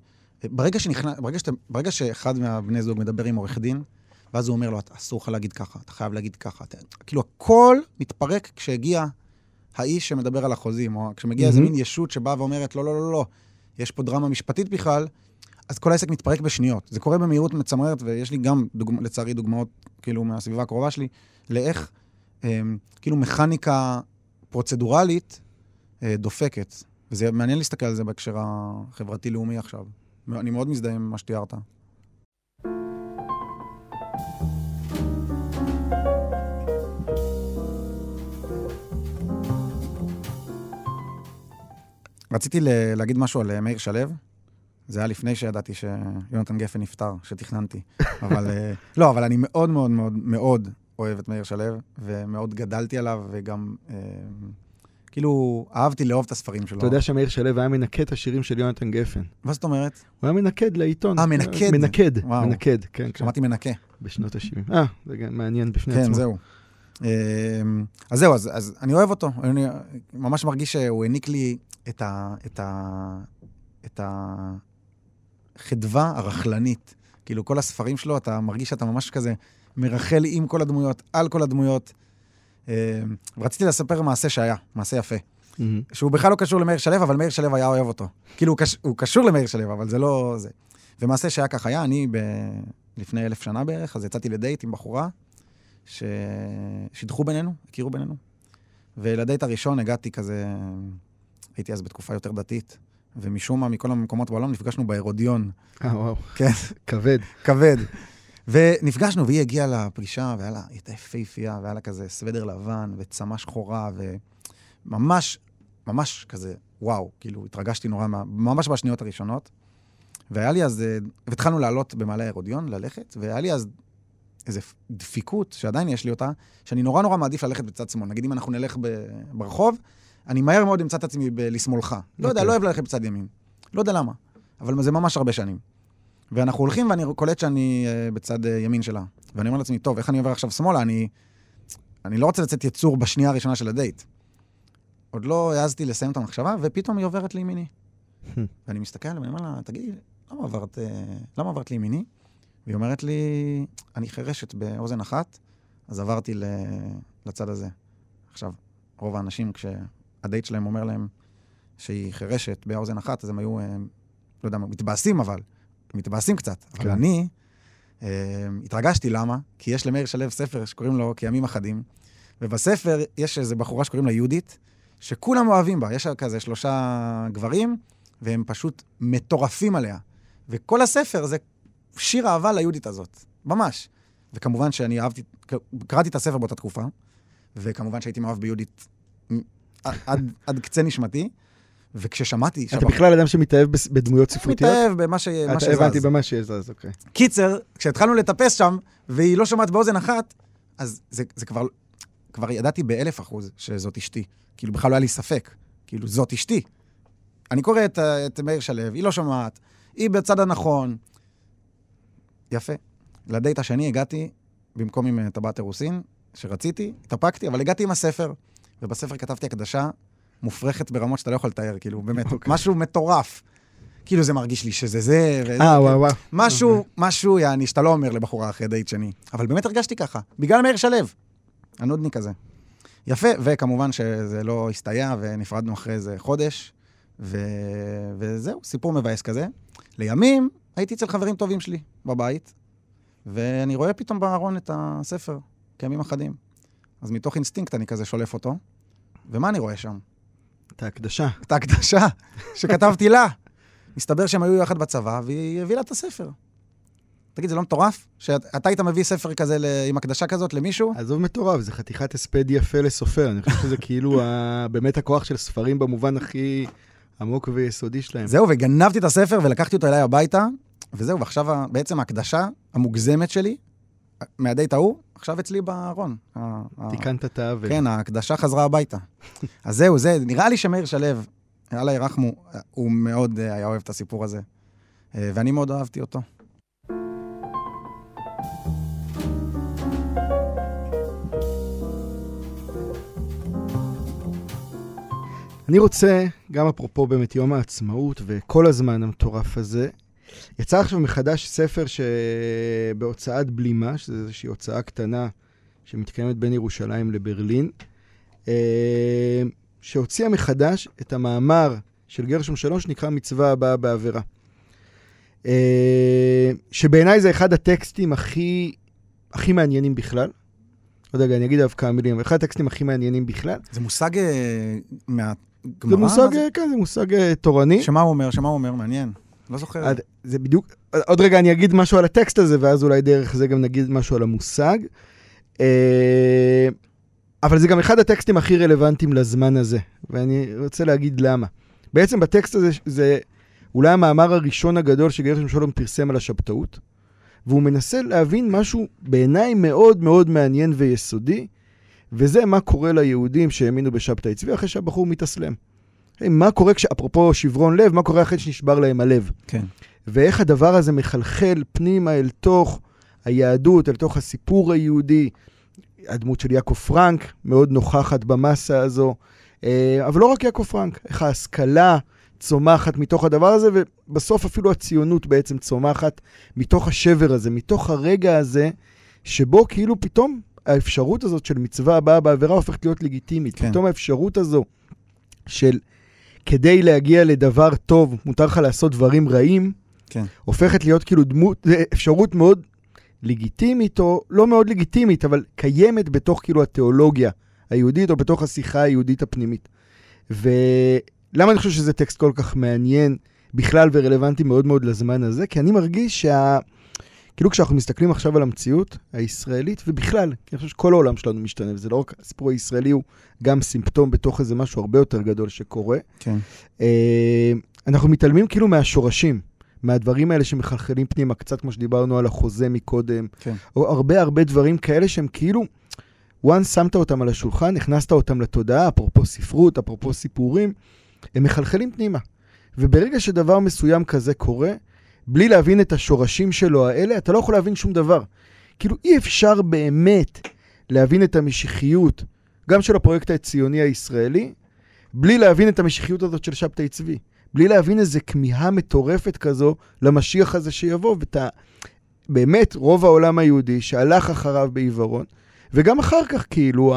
ברגע שאחד מהבני זוג מדבר עם עורך דין, ואז הוא אומר לו, אסור לך להגיד ככה, אתה חייב להגיד ככה. כאילו, הכל מתפרק כשהגיע האיש שמדבר על החוזים, או כשמגיע איזה מין ישות שבאה ואומרת, לא, לא, לא, לא, יש פה דרמה משפטית בכלל, אז כל העסק מתפרק בשניות. זה קורה במהירות מצמררת, ויש לי גם, לצערי, דוגמאות, כאילו, מהסביבה הקרובה שלי, לאיך, כאילו, מכניקה פרוצדורלית דופקת. וזה מעניין להסתכל על זה בהקשר החברתי-לאומי עכשיו. אני מאוד מזדהה עם מה שתיארת. רציתי להגיד משהו על מאיר שלו. זה היה לפני שידעתי שיונתן גפן נפטר, שתכננתי. לא, אבל אני מאוד מאוד מאוד מאוד אוהב את מאיר שלו, ומאוד גדלתי עליו, וגם כאילו אהבתי לאהוב את הספרים שלו.
אתה יודע שמאיר שלו היה מנקד את השירים של יונתן גפן.
מה זאת אומרת?
הוא היה מנקד לעיתון.
מנקד?
מנקד, כן.
שמעתי מנקה.
בשנות ה-70. זה מעניין בפני עצמו.
כן, זהו. אז זהו, אז אני אוהב אותו. אני ממש מרגיש שהוא העניק לי את החדווה הרכלנית. כאילו, כל הספרים שלו, אתה מרגיש שאתה ממש כזה מרחל עם כל הדמויות, על כל הדמויות. ורציתי לספר מעשה שהיה, מעשה יפה. שהוא בכלל לא קשור למאיר שלו, אבל מאיר שלו היה אוהב אותו. כאילו, הוא קשור למאיר שלו, אבל זה לא זה. ומעשה שהיה כך היה, אני לפני 1000 שנה בערך, אז יצאתי לדייט עם בחורה, ששידחו בינינו, הכירו בינינו. ולדייט הראשון הגעתי כזה, הייתי אז בתקופה יותר דתית, ומשום מה, מכל המקומות בעולם, נפגשנו בהרודיון.
וואו.
כן.
כבד.
כבד. ונפגשנו, והיא הגיעה לפרישה, והיא הייתה יפהפייה, והיה לה כזה סוודר לבן, וצמה שחורה, וממש, ממש כזה, וואו, כאילו, התרגשתי נורא, ממש בשניות הראשונות. והיה לי אז, והתחלנו לעלות במעלה ההרודיון, ללכת, והיה לי אז איזו דפיקות, שעדיין יש לי אותה, שאני נורא נורא מעדיף ללכת בצד שמאל. נגיד אם אנחנו נלך ברחוב, אני מהר מאוד אמצא את עצמי לשמאלך. לא יודע, לא אוהב ללכת בצד ימין. לא יודע למה. אבל זה ממש הרבה שנים. ואנחנו הולכים ואני קולט שאני בצד ימין שלה. ואני אומר לעצמי, טוב, איך אני עובר עכשיו שמאלה? אני לא רוצה לצאת יצור בשנייה הראשונה של הדייט. עוד לא העזתי לסיים את המחשבה, ופתאום היא עוברת לימיני. ואני מסתכל עליה ואני אומר לה, תגידי, למה עברת לימיני? והיא אומרת לי, אני חרשת באוזן אחת, אז עברתי לצד הזה. עכשיו, רוב האנשים, כשהדייט שלהם אומר להם שהיא חרשת באוזן אחת, אז הם היו, לא יודע, מתבאסים קצת. אבל אני התרגשתי, למה? כי יש למאיר שלו ספר שקוראים לו כימים אחדים, ובספר יש איזו בחורה שקוראים לה יהודית, שכולם אוהבים בה. יש כזה 3 גברים, והם פשוט מטורפים עליה. וכל הספר זה שיר אהבה ליהודית הזאת. ממש. וכמובן שאני אהבתי, קראתי את הספר באותה תקופה, וכמובן שהייתי מאוהב ביהודית עד קצה נשמתי, וכששמעתי...
אתה בכלל אדם שמתאהב בדמויות ספרותיות?
מתאהב במה שזז.
אתה הבנתי במה שזז, אוקיי.
קיצר, כשהתחלנו לטפס שם, והיא לא שומעת באוזן אחת, אז זה כבר ידעתי ב1000% שזאת אשתי. כאילו בכלל לא היה לי ספק. כאילו זאת אשתי. אני קורא את מאיר שלו, היא לא שומעת, היא בצד הנכון. יפה. לדייט השני הגעתי, במקום עם טבעת אירוסין, שרציתי, התאפקתי, אבל הגעתי עם הספר, ובספר כתבתי הקדשה מופרכת ברמות שאתה לא יכול לתאר, כאילו, באמת, משהו מטורף. כאילו זה מרגיש לי שזה זה,
וואו.
משהו, יעני, שאתה לא אומר לבחורה אחרי דייט שני. אבל באמת הרגשתי ככה, בגלל מאיר שלו, הנודניק הזה. יפה, וכמובן שזה לא הסתייע, ונפרדנו אחרי איזה חודש, וזהו, סיפור מבאס כזה. לימים הייתי אצל חברים טובים שלי בבית, ואני רואה פתאום בארון את הספר, כימים אחדים. אז מתוך אינסטינקט אני כזה שולף אותו, ומה אני רואה שם?
את ההקדשה.
את ההקדשה שכתבתי לה. מסתבר שהם היו יחד בצבא, והיא הביאה לה את הספר. תגיד, זה לא מטורף? שאתה היית מביא ספר כזה עם הקדשה כזאת למישהו?
עזוב מטורף, זה חתיכת הספד יפה לסופר. אני חושב שזה כאילו באמת הכוח של ספרים במובן הכי עמוק ויסודי שלהם.
זהו, וגנבתי את הספר ולקחתי אותו אליי הביתה, וזהו, ועכשיו בעצם ההקדשה המוגזמת שלי, מהדייט ההוא, עכשיו אצלי בארון.
תיקנת את העוול.
כן, ההקדשה חזרה הביתה. אז זהו, זה, נראה לי שמאיר שלו, עליי רחמו, הוא מאוד היה אוהב את הסיפור הזה. ואני מאוד אהבתי אותו.
אני רוצה, גם אפרופו באמת יום העצמאות וכל הזמן המטורף הזה, יצא עכשיו מחדש ספר שבהוצאת בלימה, שזו איזושהי הוצאה קטנה שמתקיימת בין ירושלים לברלין, שהוציאה מחדש את המאמר של גרשום שלום שנקרא מצווה הבאה בעבירה. שבעיניי זה אחד הטקסטים הכי מעניינים בכלל. לא יודע, אני אגיד עליו כמה מילים, אחד הטקסטים הכי מעניינים בכלל.
זה מושג מהגמרא?
זה מושג, כן, זה מושג תורני.
שמה הוא אומר? מעניין. לא זוכר.
זה בדיוק, עוד רגע אני אגיד משהו על הטקסט הזה, ואז אולי דרך זה גם נגיד משהו על המושג. אבל זה גם אחד הטקסטים הכי רלוונטיים לזמן הזה, ואני רוצה להגיד למה. בעצם בטקסט הזה זה אולי המאמר הראשון הגדול שגרשם שלום פרסם על השבתאות, והוא מנסה להבין משהו בעיניי מאוד מאוד מעניין ויסודי, וזה מה קורה ליהודים שהאמינו בשבתאי צבי אחרי שהבחור מתאסלם. מה קורה אפרופו שברון לב, מה קורה אחרי שנשבר להם הלב.
כן.
ואיך הדבר הזה מחלחל פנימה אל תוך היהדות, אל תוך הסיפור היהודי. הדמות של יעקב פרנק מאוד נוכחת במסה הזו, אבל לא רק יעקב פרנק, איך ההשכלה צומחת מתוך הדבר הזה, ובסוף אפילו הציונות בעצם צומחת מתוך השבר הזה, מתוך הרגע הזה, שבו כאילו פתאום האפשרות הזאת של מצווה הבאה בעבירה הופכת להיות לגיטימית. כן. פתאום האפשרות הזו של כדי להגיע לדבר טוב, מותר לך לעשות דברים רעים, כן. הופכת להיות כאילו אפשרות מאוד לגיטימית, או לא מאוד לגיטימית, אבל קיימת בתוך כאילו התיאולוגיה היהודית, או בתוך השיחה היהודית הפנימית. ולמה אני חושב שזה טקסט כל כך מעניין בכלל ורלוונטי מאוד מאוד לזמן הזה? כי אני מרגיש כאילו כשאנחנו מסתכלים עכשיו על המציאות הישראלית, ובכלל, כי אני חושב שכל העולם שלנו משתנה, וזה לא רק, הסיפור הישראלי הוא גם סימפטום בתוך איזה משהו הרבה יותר גדול שקורה. כן. אנחנו מתעלמים כאילו מהשורשים, מהדברים האלה שמחלחלים פנימה, קצת כמו שדיברנו על החוזה מקודם, כן. או הרבה דברים כאלה שהם כאילו, once שמת אותם על השולחן, הכנסת אותם לתודעה, אפרופו ספרות, אפרופו סיפורים, הם מחלחלים פנימה. וברגע שדבר מסוים כזה קורה, בלי להבין את השורשים שלו האלה, אתה לא יכול להבין שום דבר. כאילו אי אפשר באמת להבין את המשיחיות, גם של הפרויקט הציוני הישראלי, בלי להבין את המשיחיות הזאת של שבתאי צבי. בלי להבין איזו כמיהה מטורפת כזו למשיח הזה שיבוא, באמת רוב העולם היהודי שהלך אחריו בעיוורון, וגם אחר כך כאילו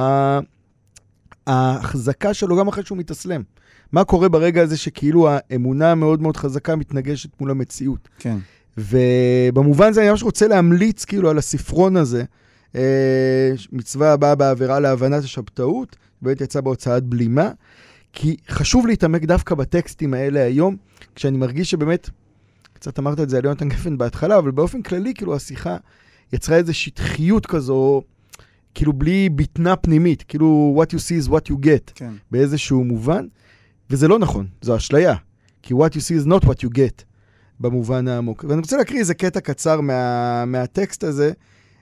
ההחזקה שלו גם אחרי שהוא מתאסלם. מה קורה ברגע הזה שכאילו האמונה מאוד מאוד חזקה מתנגשת מול המציאות. כן. ובמובן זה אני ממש רוצה להמליץ כאילו על הספרון הזה, מצווה הבאה בעבירה להבנת השבתאות, באמת יצא בהוצאת בלימה, כי חשוב להתעמק דווקא בטקסטים האלה היום, כשאני מרגיש שבאמת, קצת אמרת את זה על יונתן גפן בהתחלה, אבל באופן כללי כאילו השיחה יצרה איזו שטחיות כזו, כאילו בלי ביטנה פנימית, כאילו what you see is what you get, כן. באיזשהו מובן, וזה לא נכון, זו אשליה, כי what you see is not what you get, במובן העמוק. ואני רוצה להקריא איזה קטע קצר מהטקסט הזה,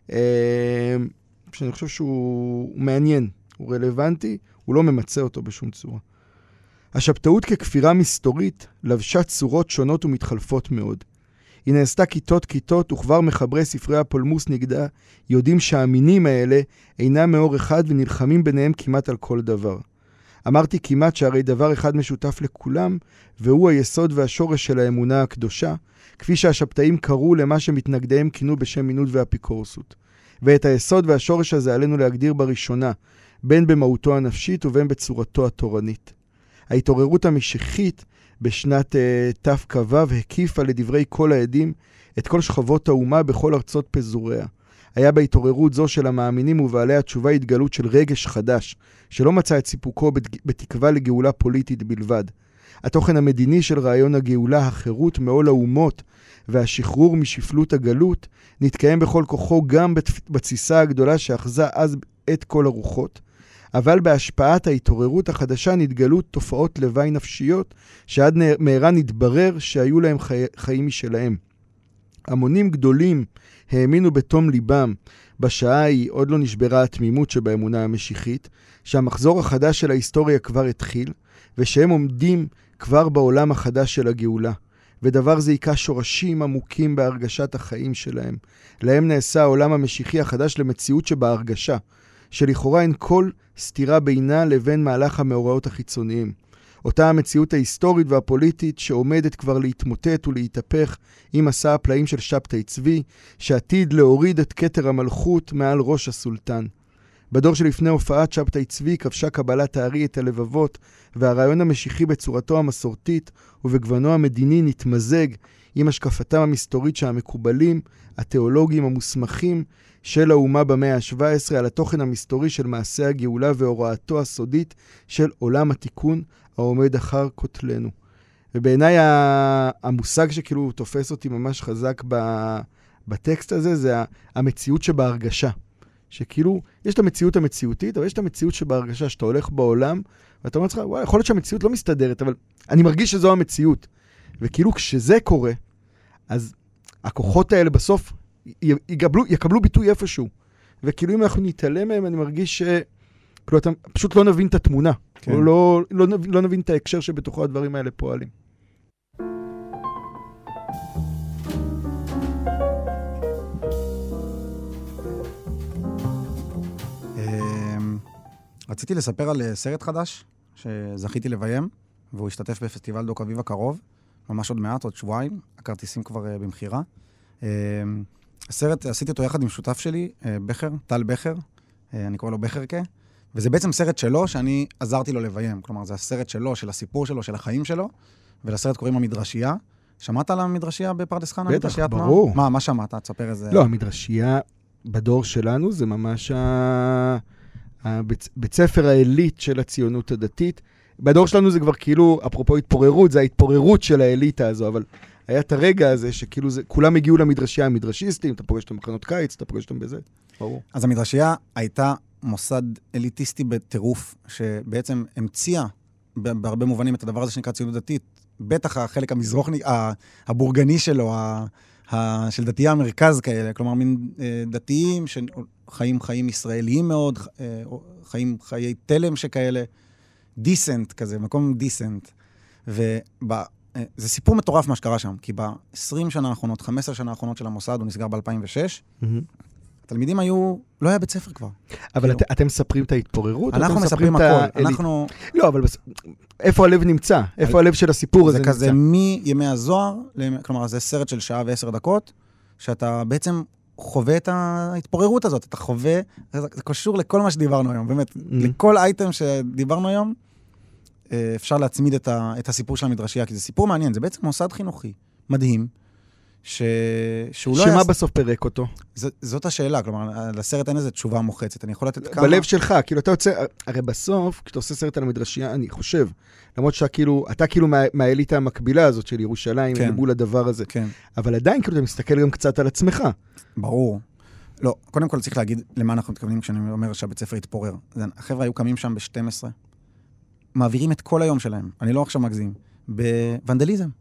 שאני חושב שהוא מעניין, הוא רלוונטי, הוא לא ממצא אותו בשום צורה. השבתאות ככפירה מסתורית לבשה צורות שונות ומתחלפות מאוד. היא נעשתה כיתות וכבר מחברי ספרי הפולמוס נגדה יודעים שהמינים האלה אינם מאור אחד ונלחמים ביניהם כמעט על כל דבר. אמרתי כמעט שהרי דבר אחד משותף לכולם, והוא היסוד והשורש של האמונה הקדושה, כפי שהשבתאים קראו למה שמתנגדיהם כינו בשם מינות ואפיקורסות. ואת היסוד והשורש הזה עלינו להגדיר בראשונה, בין במהותו הנפשית ובין בצורתו התורנית. ההתעוררות המשיחית בשנת תק"ו הקיפה לדברי כל העדים את כל שכבות האומה בכל ארצות פזוריה. היה בהתעוררות זו של המאמינים ובעלי התשובה התגלות של רגש חדש, שלא מצא את סיפוקו בתקווה לגאולה פוליטית בלבד. התוכן המדיני של רעיון הגאולה, החירות מעול האומות והשחרור משפלות הגלות, נתקיים בכל כוחו גם בתסיסה הגדולה שאחזה אז את כל הרוחות, אבל בהשפעת ההתעוררות החדשה נתגלו תופעות לוואי נפשיות, שעד מהרה נתברר שהיו להם חיים משלהם. המונים גדולים האמינו בתום ליבם, בשעה היא עוד לא נשברה התמימות שבאמונה המשיחית, שהמחזור החדש של ההיסטוריה כבר התחיל, ושהם עומדים כבר בעולם החדש של הגאולה. ודבר זה יקע שורשים עמוקים בהרגשת החיים שלהם. להם נעשה העולם המשיחי החדש למציאות שבהרגשה, שלכאורה אין כל סתירה בינה לבין מהלך המאורעות החיצוניים. אותה המציאות ההיסטורית והפוליטית שעומדת כבר להתמוטט ולהתהפך עם מסע הפלאים של שבתאי צבי, שעתיד להוריד את כתר המלכות מעל ראש הסולטן. בדור שלפני הופעת שבתאי צבי כבשה קבלת הארי את הלבבות, והרעיון המשיחי בצורתו המסורתית ובגוונו המדיני נתמזג עם השקפתם המסתורית שהמקובלים, התיאולוגים המוסמכים של האומה במאה ה-17 על התוכן המסתורי של מעשה הגאולה והוראתו הסודית של עולם התיקון העומד אחר כותלנו. ובעיניי המושג שכאילו תופס אותי ממש חזק בטקסט הזה, זה המציאות שבהרגשה. שכאילו, יש את המציאות המציאותית, אבל יש את המציאות שבהרגשה, שאתה הולך בעולם, ואתה אומר לך, וואי, יכול להיות שהמציאות לא מסתדרת, אבל אני מרגיש שזו המציאות. וכאילו, כשזה קורה, אז הכוחות האלה בסוף יקבלו ביטוי איפשהו. וכאילו, אם אנחנו נתעלם מהם, אני מרגיש כאילו, אתה פשוט לא נבין את התמונה. כן. לא נבין את ההקשר שבתוכו הדברים האלה פועלים.
רציתי לספר על סרט חדש שזכיתי לביים, והוא השתתף בפסטיבל דוק אביב הקרוב, ממש עוד מעט, עוד שבועיים, הכרטיסים כבר במחירה. הסרט, עשיתי אותו יחד עם שותף שלי, בחר, טל בחר, אני קורא לו בחרקה, וזה בעצם סרט שלו שאני עזרתי לו לביים, כלומר זה הסרט שלו, של הסיפור שלו, של החיים שלו, ולסרט קוראים המדרשייה. שמעת על המדרשייה בפרדס חנה?
בטח, ברור.
מה שמעת? תספר איזה...
לא, המדרשייה בדור שלנו זה ממש בית ספר האליט של הציונות הדתית. בדור שלנו זה כבר כאילו, אפרופו התפוררות, זה ההתפוררות של האליטה הזו, אבל היה את הרגע הזה שכאילו כולם הגיעו למדרשייה, המדרשיסטים, אתה פוגש אותם במחנות קיץ, אתה פוגש אותם בזה, ברור.
אז המדרשייה הייתה מוסד אליטיסטי בטירוף, שבעצם המציאה בהרבה מובנים את הדבר הזה שנקרא ציונות דתית, בטח החלק המזרוחני, הבורגני שלו, של דתיי המרכז כאלה, כלומר מין דתיים שחיים חיים ישראליים מאוד, חיים חיי תלם שכאלה, דיסנט כזה, מקום דיסנט. זה סיפור מטורף מה שקרה שם, כי ב-20 שנה האחרונות, 15 שנה האחרונות של המוסד, הוא נסגר ב-2006, התלמידים לא היה בית ספר כבר.
אבל אתם מספרים את ההתפוררות?
אנחנו מספרים הכל.
לא, אבל איפה הלב נמצא? איפה הלב של הסיפור הזה נמצא?
זה כזה מימי הזוהר, כלומר, זה סרט של שעה ו10 דקות, שאתה בעצם חווה את ההתפוררות הזאת. אתה חווה, זה קשור לכל מה שדיברנו היום, באמת. לכל אייטם שדיברנו היום, אפשר להצמיד את הסיפור של המדרשייה, כי זה סיפור מעניין. זה בעצם מוסד חינוכי מדהים, שהוא לא...
שמה בסוף פרק אותו?
זאת השאלה, כלומר, לסרט אין איזו תשובה מוחצת, אני יכול לתת כמה...
בלב שלך, כאילו אתה יוצא, הרי בסוף, כשאתה עושה סרט על המדרשייה, אני חושב, למרות שאתה כאילו מהאליטה המקבילה הזאת של ירושלים, מול הדבר הזה, אבל עדיין כאילו אתה מסתכל גם קצת על עצמך.
ברור. לא, קודם כל צריך להגיד למה אנחנו מתכוונים כשאני אומר שהבית ספר התפורר. החבר'ה היו קמים שם ב-12, מעבירים את כל היום שלהם, אני לא עכשיו מגזים, בוונדליזם,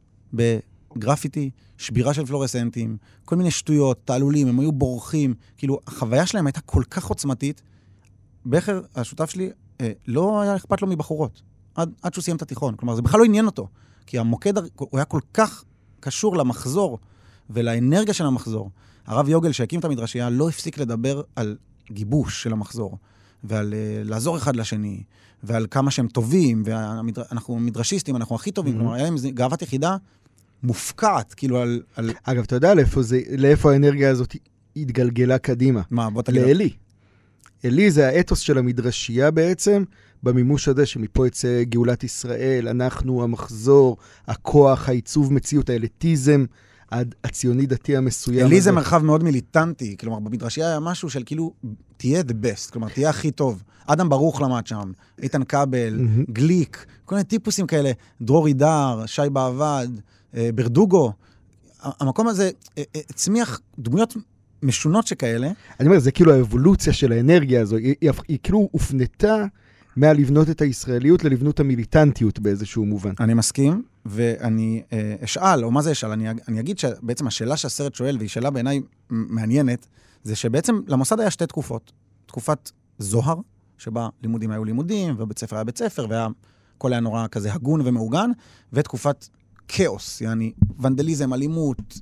גרפיטי, שבירה של פלורסנטים, כל מיני שטויות, תעלולים, הם היו בורחים, כאילו, החוויה שלהם הייתה כל כך עוצמתית, בחר, השותף שלי, לא היה אכפת לו מבחורות, עד שהוא סיים את התיכון, כלומר, זה בכלל לא עניין אותו, כי המוקד, הוא היה כל כך קשור למחזור, ולאנרגיה של המחזור. הרב יוגל, שהקים את המדרשייה, לא הפסיק לדבר על גיבוש של המחזור, ועל לעזור אחד לשני, ועל כמה שהם טובים, ואנחנו מדרשיסטים, אנחנו הכי טובים, כלומר, היה להם גאוות יחידה, מופקעת, כאילו על...
אגב, אתה יודע לאיפה האנרגיה הזאת התגלגלה קדימה?
מה, בוא תגיד.
לאלי. אלי זה האתוס של המדרשייה בעצם, במימוש הזה שמפה יצא גאולת ישראל, אנחנו, המחזור, הכוח, העיצוב מציאות, האליטיזם, הציוני דתי המסוים.
אלי זה מרחב מאוד מיליטנטי, כלומר, במדרשייה היה משהו של כאילו, תהיה the best, כלומר, תהיה הכי טוב. אדם ברוך למד שם, איתן קבל, גליק, כל מיני טיפוסים כאלה, דרור עידר, שי בעבד, ברדוגו, המקום הזה הצמיח דמויות משונות שכאלה.
אני אומר, זה כאילו האבולוציה של האנרגיה הזו, היא כאילו הופנתה מהלבנות את הישראליות ללבנות המיליטנטיות באיזשהו מובן.
אני מסכים, ואני אשאל, או מה זה אשאל? אני אגיד שבעצם השאלה שהסרט שואל, והיא שאלה בעיניי מעניינת, זה שבעצם למוסד היה שתי תקופות. תקופת זוהר, שבה לימודים היו לימודים, ובית ספר היה בית ספר, והכל היה נורא כזה הגון ומאורגן, ותקופת כאוס, יעני, ונדליזם, אלימות,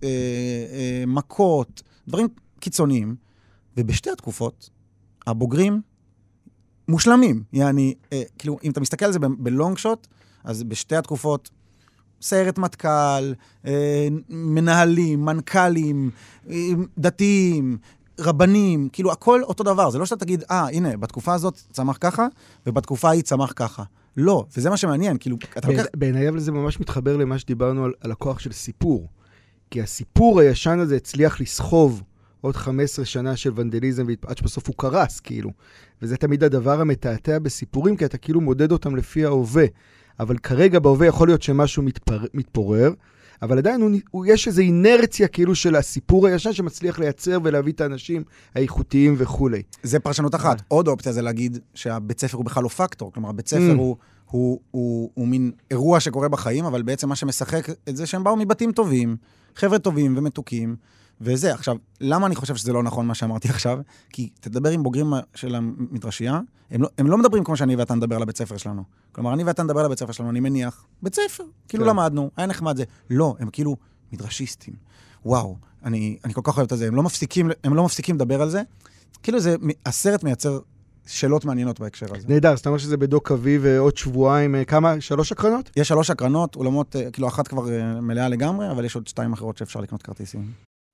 מכות, דברים קיצוניים, ובשתי התקופות, הבוגרים מושלמים, יעני, כאילו, אם אתה מסתכל על זה בלונג שוט, אז בשתי התקופות, סיירת מטכ"ל, מנהלים, מנכ"לים, דתיים, רבנים, כאילו הכל אותו דבר. זה לא שאתה תגיד, הנה, בתקופה הזאת צמח ככה, ובתקופה היא צמח ככה. לא, וזה מה שמעניין, כאילו, אתה לוקח...
בעיניי אבל זה ממש מתחבר למה שדיברנו על הכוח של סיפור. כי הסיפור הישן הזה הצליח לסחוב עוד 15 שנה של ונדליזם, עד שבסוף הוא קרס, כאילו. וזה תמיד הדבר המתעתע בסיפורים, כי אתה כאילו מודד אותם לפי ההווה. אבל כרגע בהווה יכול להיות שמשהו מתפורר, אבל עדיין יש איזו אינרציה כאילו של הסיפור הישן שמצליח לייצר ולהביא את האנשים האיכותיים וכו'.
זה פרשנות אחת. עוד אופציה זה להגיד שהבית ספר הוא בכלל לא פקטור. כלומר, הבית ספר הוא מין אירוע שקורה בחיים, אבל בעצם מה שמשחק את זה שהם באו מבתים טובים, חבר'ה טובים ומתוקים, וזה. עכשיו, למה אני חושב שזה לא נכון מה שאמרתי עכשיו? כי תדבר עם בוגרים של המדרשייה, הם לא מדברים כמו שאני ואתה נדבר על הבית ספר שלנו. כלומר, אני ואתה נדבר על הבית ספר שלנו, אני מניח, בית ספר, כאילו למדנו, היה נחמד זה. לא, הם כאילו מדרשיסטים. וואו, אני כל כך אוהב את זה. הם לא מפסיקים לדבר על זה. כאילו זה, הסרט מייצר שאלות מעניינות בהקשר הזה.
נהדר, זאת אומרת שזה בדוק אביב ועוד שבועיים, כמה? 3 הקרנות?
יש 3 הקרנות, אולמות, כאילו אחת כבר מלאה לגמרי, אבל יש עוד 2 אחרות שאפשר לקנות כרטיסים.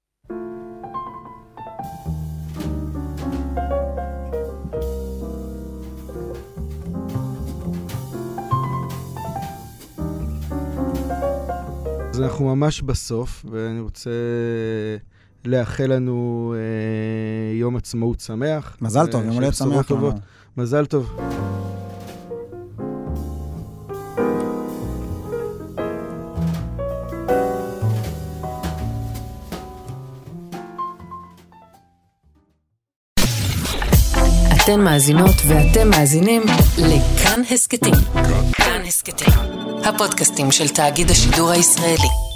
אז אנחנו ממש בסוף, ואני רוצה לאחל לנו יום עצמאות שמח.
מזל טוב, יום הולדת שמח.
טובות. מזל טוב.
אתן מאזינות ואתם מאזינים לכאן הסקטים. כאן הסקטים, הפודקאסטים של תאגיד השידור הישראלי.